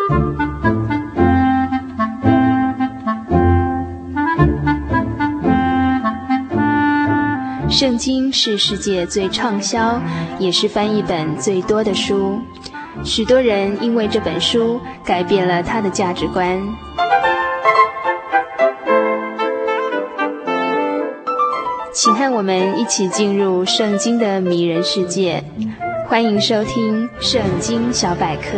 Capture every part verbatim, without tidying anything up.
圣经是世界最畅销，也是翻译本最多的书。许多人因为这本书改变了他的价值观。请和我们一起进入圣经的迷人世界，欢迎收听《圣经小百科》。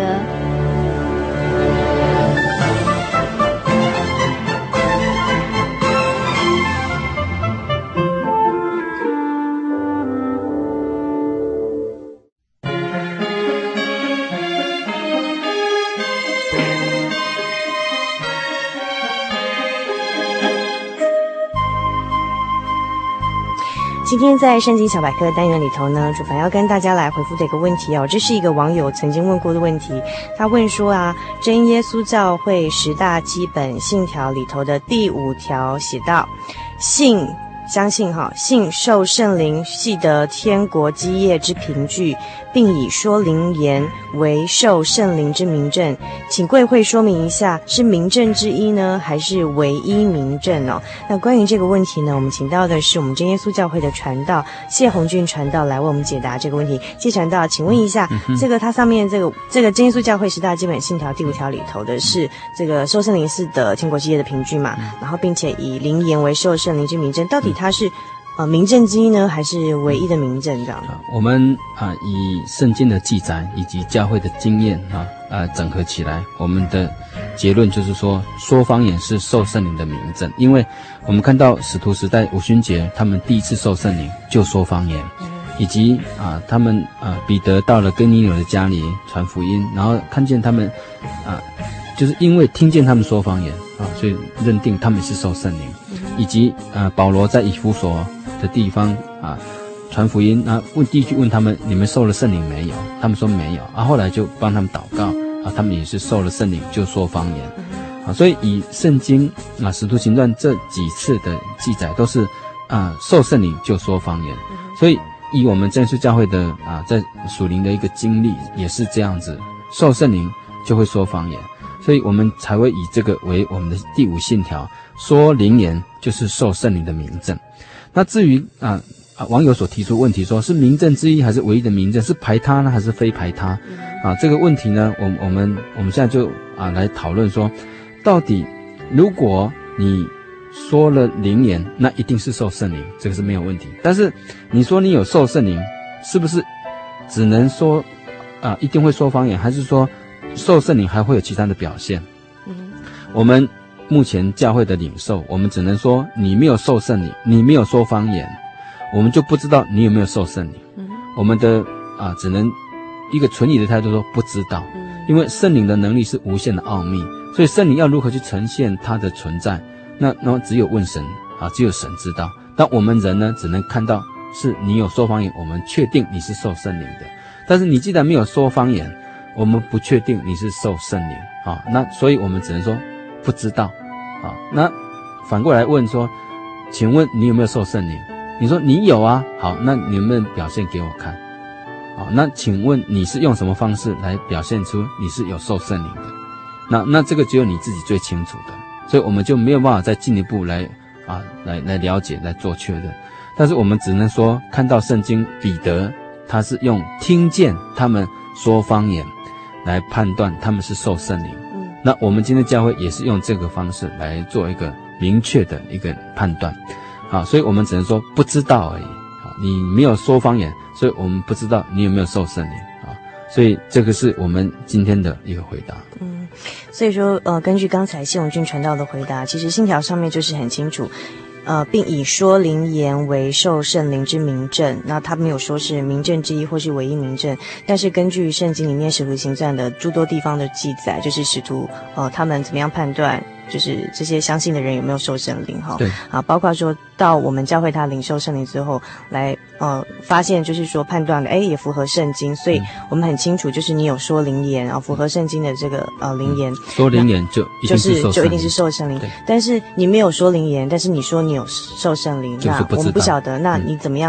今天在圣经小百科单元里头呢，主凡要跟大家来回复的一个问题哦，这是一个网友曾经问过的问题。他问说啊，真耶稣教会十大基本信条里头的第五条写道，信相信哈，信受圣灵系得天国基业之凭据，并以说灵言为受圣灵之明证。请贵会说明一下，是明证之一呢，还是唯一明证哦？那关于这个问题呢，我们请到的是我们真耶稣教会的传道谢宏俊传道来为我们解答这个问题。谢传道，请问一下，嗯、这个它上面这个这个真耶稣教会十大基本信条第五条里头的是这个受圣灵是的天国基业的凭据嘛？嗯、然后并且以灵言为受圣灵之明证，到底它是呃明证之一呢，还是唯一的明证这样？ 我们啊以圣经的记载以及教会的经验啊啊整合起来，我们的结论就是说，说方言是受圣灵的明证。因为我们看到使徒时代五旬节他们第一次受圣灵就说方言，嗯、以及啊他们啊彼得到了哥尼流的家里传福音，然后看见他们啊就是因为听见他们说方言啊，所以认定他们是受圣灵，嗯、以及啊保罗在以弗所的地方啊传福音，啊问第一句问他们，你们受了圣灵没有？他们说没有，啊后来就帮他们祷告，啊他们也是受了圣灵就说方言，啊所以以圣经啊使徒行传这几次的记载都是啊受圣灵就说方言，所以以我们真耶稣教会的啊在属灵的一个经历也是这样子，受圣灵就会说方言，所以我们才会以这个为我们的第五信条，说灵言就是受圣灵的明证。那至于啊啊网友所提出问题，说是明证之一还是唯一的明证，是排他呢还是非排他？啊这个问题呢，我我们我们现在就啊来讨论说，到底如果你说了灵言，那一定是受圣灵，这个是没有问题。但是你说你有受圣灵，是不是只能说啊一定会说方言，还是说受圣灵还会有其他的表现？嗯，我们目前教会的领受，我们只能说你没有受圣灵，你没有说方言，我们就不知道你有没有受圣灵。嗯、我们的啊，只能一个存疑的态度说不知道，嗯、因为圣灵的能力是无限的奥秘，所以圣灵要如何去呈现它的存在，那那只有问神啊，只有神知道。但我们人呢，只能看到是你有说方言，我们确定你是受圣灵的。但是你既然没有说方言，我们不确定你是受圣灵啊，那所以我们只能说不知道。好，那反过来问说，请问你有没有受圣灵？你说你有啊，好，那你能不能表现给我看？好，那请问你是用什么方式来表现出你是有受圣灵的？那那这个只有你自己最清楚的，所以我们就没有办法再进一步来啊来来了解来做确认。但是我们只能说，看到圣经彼得他是用听见他们说方言来判断他们是受圣灵。那我们今天教会也是用这个方式来做一个明确的一个判断，好，所以我们只能说不知道而已。好，你没有说方言，所以我们不知道你有没有受圣灵啊。所以这个是我们今天的一个回答。 嗯，所以说呃，根据刚才谢永俊传道的回答，其实信条上面就是很清楚。呃，并以说灵言为受圣灵之明证，那他没有说是明证之一或是唯一明证，但是根据圣经里面使徒行传的诸多地方的记载，就是使徒呃他们怎么样判断，就是这些相信的人有没有受圣灵哈？对啊，包括说到我们教会他领受圣灵之后，来呃发现就是说判断了，哎也符合圣经，所以我们很清楚，就是你有说灵言啊，符合圣经的这个呃灵言，嗯、 说灵言就一定是受圣灵， 就是就一定是受圣灵，但是你没有说灵言，但是你说你有受圣灵，那我们不晓得，那你怎么样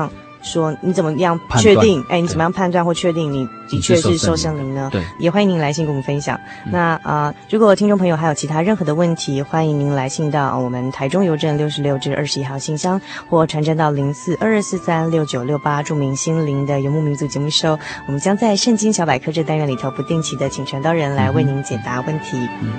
说你怎么样确定？哎，你怎么样判断或确定你的确是受圣灵呢？ 对， 也欢迎您来信跟我们分享。嗯、那啊、呃，如果听众朋友还有其他任何的问题，欢迎您来信到我们台中邮政六十六至二十一号信箱，或传真到零四二二四三六九六八，注明心灵的游牧民族节目收。我们将在圣经小百科这单元里头不定期的请传道人来为您解答问题。嗯。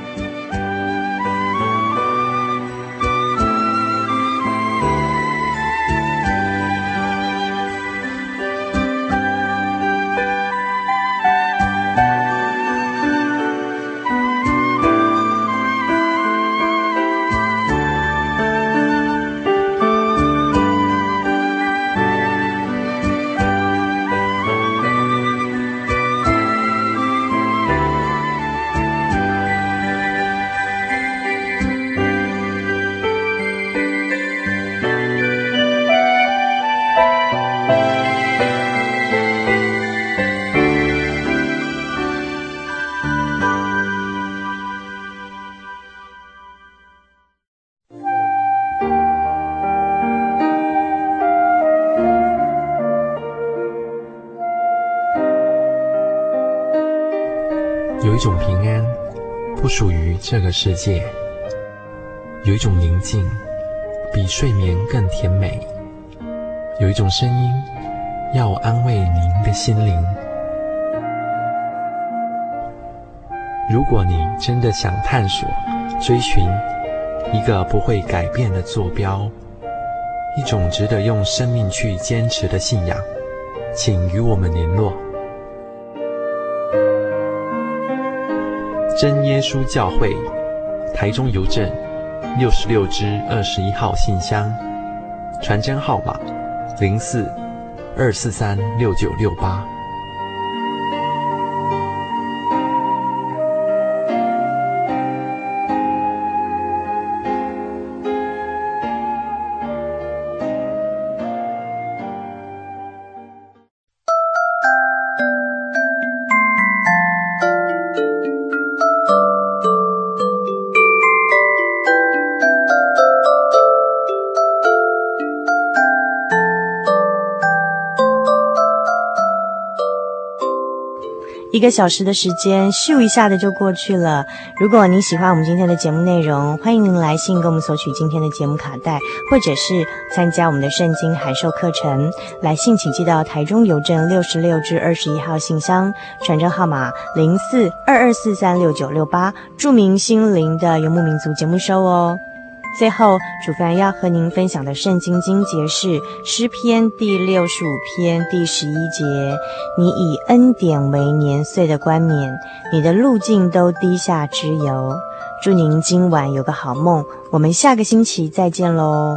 有一种平安不属于这个世界，有一种宁静比睡眠更甜美，有一种声音要安慰您的心灵。如果你真的想探索追寻一个不会改变的坐标，一种值得用生命去坚持的信仰，请与我们联络。真耶稣教会，台中邮政六十六支二十一号信箱，传真号码零四二四三六九六八。 一个小时的时间咻一下的就过去了。如果你喜欢我们今天的节目内容，欢迎您来信跟我们索取今天的节目卡带，或者是参加我们的圣经函授课程。来信请寄到台中邮政六十六至二十一号信箱，传真号码零四二二四三六九六八，注明心灵的游牧民族节目收哦。最后，主凡要和您分享的圣经经节是诗篇第六十五篇第十一节：你以恩典为年岁的冠冕，你的路径都滴下脂油。祝您今晚有个好梦，我们下个星期再见喽。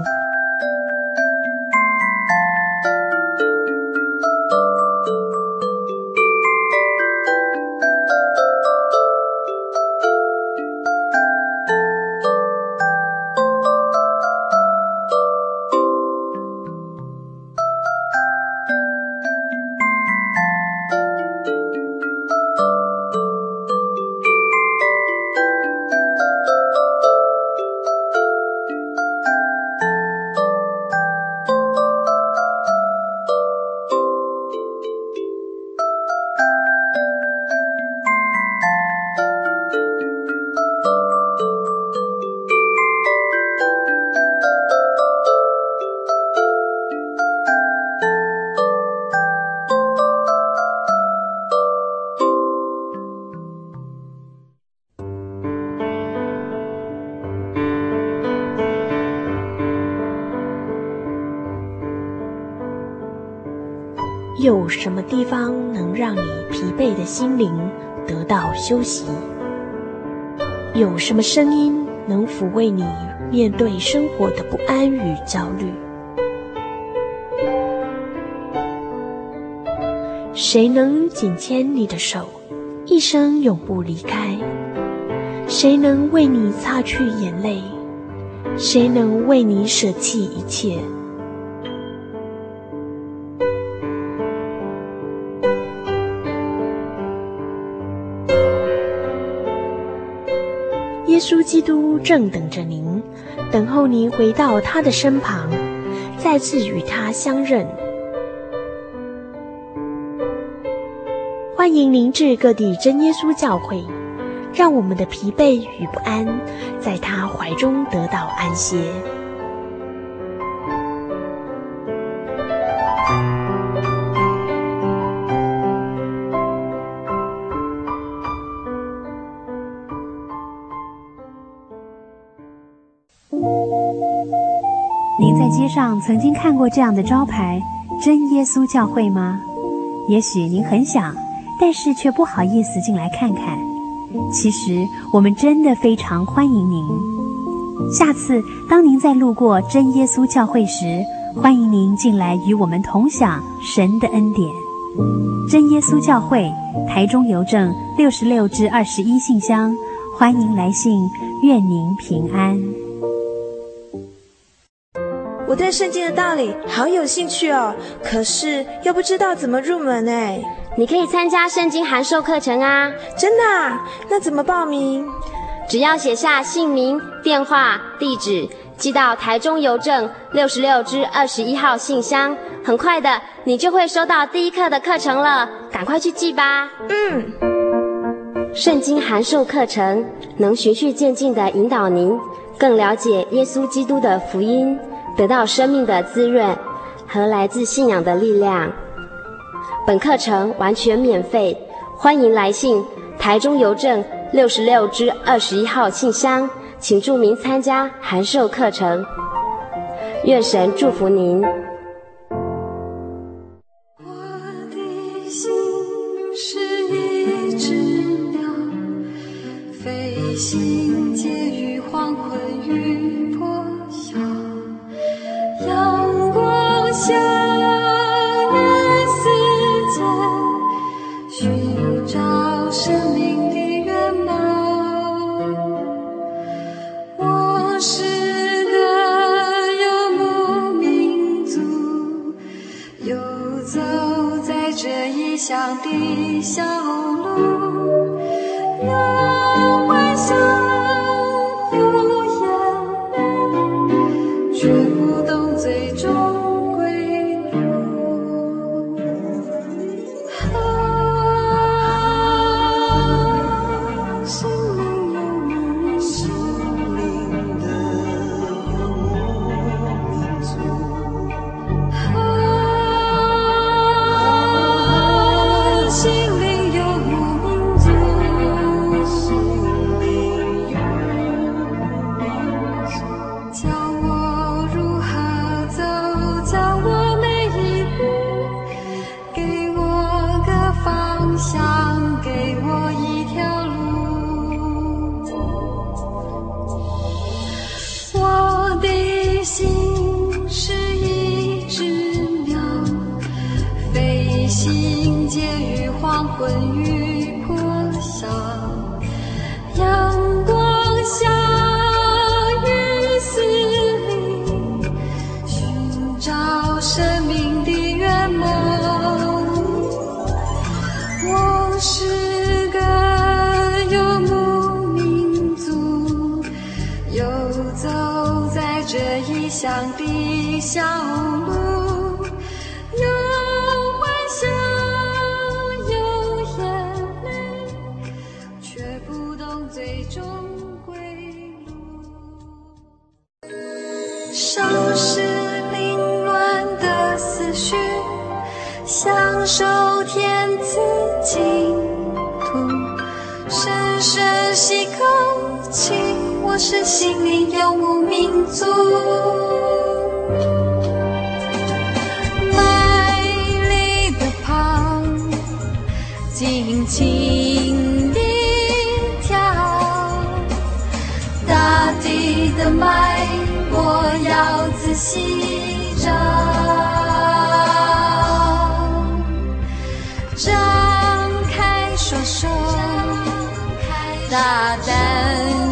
有什么地方能让你疲惫的心灵得到休息？有什么声音能抚慰你面对生活的不安与焦虑？谁能紧牵你的手，一生永不离开？谁能为你擦去眼泪？谁能为你舍弃一切？耶稣基督正等着您，等候您回到他的身旁，再次与他相认。 欢迎您至各地真耶稣教会，让我们的疲惫与不安在他怀中得到安歇。 您在街上曾经看过这样的招牌真耶稣教会吗？也许您很想，但是却不好意思进来看看。其实我们真的非常欢迎您。下次当您在路过真耶稣教会时，欢迎您进来与我们同享神的恩典。真耶稣教会，台中邮政六十六至二十一信箱，欢迎来信，愿您平安。 我对圣经的道理好有兴趣哦，可是又不知道怎么入门哎。 你可以参加圣经函授课程啊。 真的啊？那怎么报名？ 只要写下姓名、电话、地址，寄到台中邮政六十六至二十一号信箱，很快的你就会收到第一课的课程了，赶快去寄吧。 嗯。 圣经函授课程能循序渐进地引导您更了解耶稣基督的福音，得到生命的滋润和来自信仰的力量。本课程完全免费，欢迎来信台中邮政六十六至二十一号信箱，请注明参加函授课程。愿神祝福您。 我的心是一只鸟，飞行介于黄昏与破晓，阳光下与世界寻找生命的原貌。我是个游牧民族，游走在这异乡的小路，有欢笑，有眼泪，却不懂最终归路。啊，心灵游牧，心灵的游牧民族。啊，心灵游牧民族，心灵游牧民族。教我如何走，教我每一步，给我个方向，给我一条路。我的心是一只鸟，飞行介于黄昏与破晓，阳光下雨丝里寻找生命的圆梦。我是个游牧民族，游走在这异乡的小路，有欢笑，有眼泪，却不懂最终归路。收拾凌乱的思绪，享受天赐净土，深深吸口气，我是心灵游牧民族。卖力的跑，尽情地跳，大地的脉我要仔细找，张开双手，大胆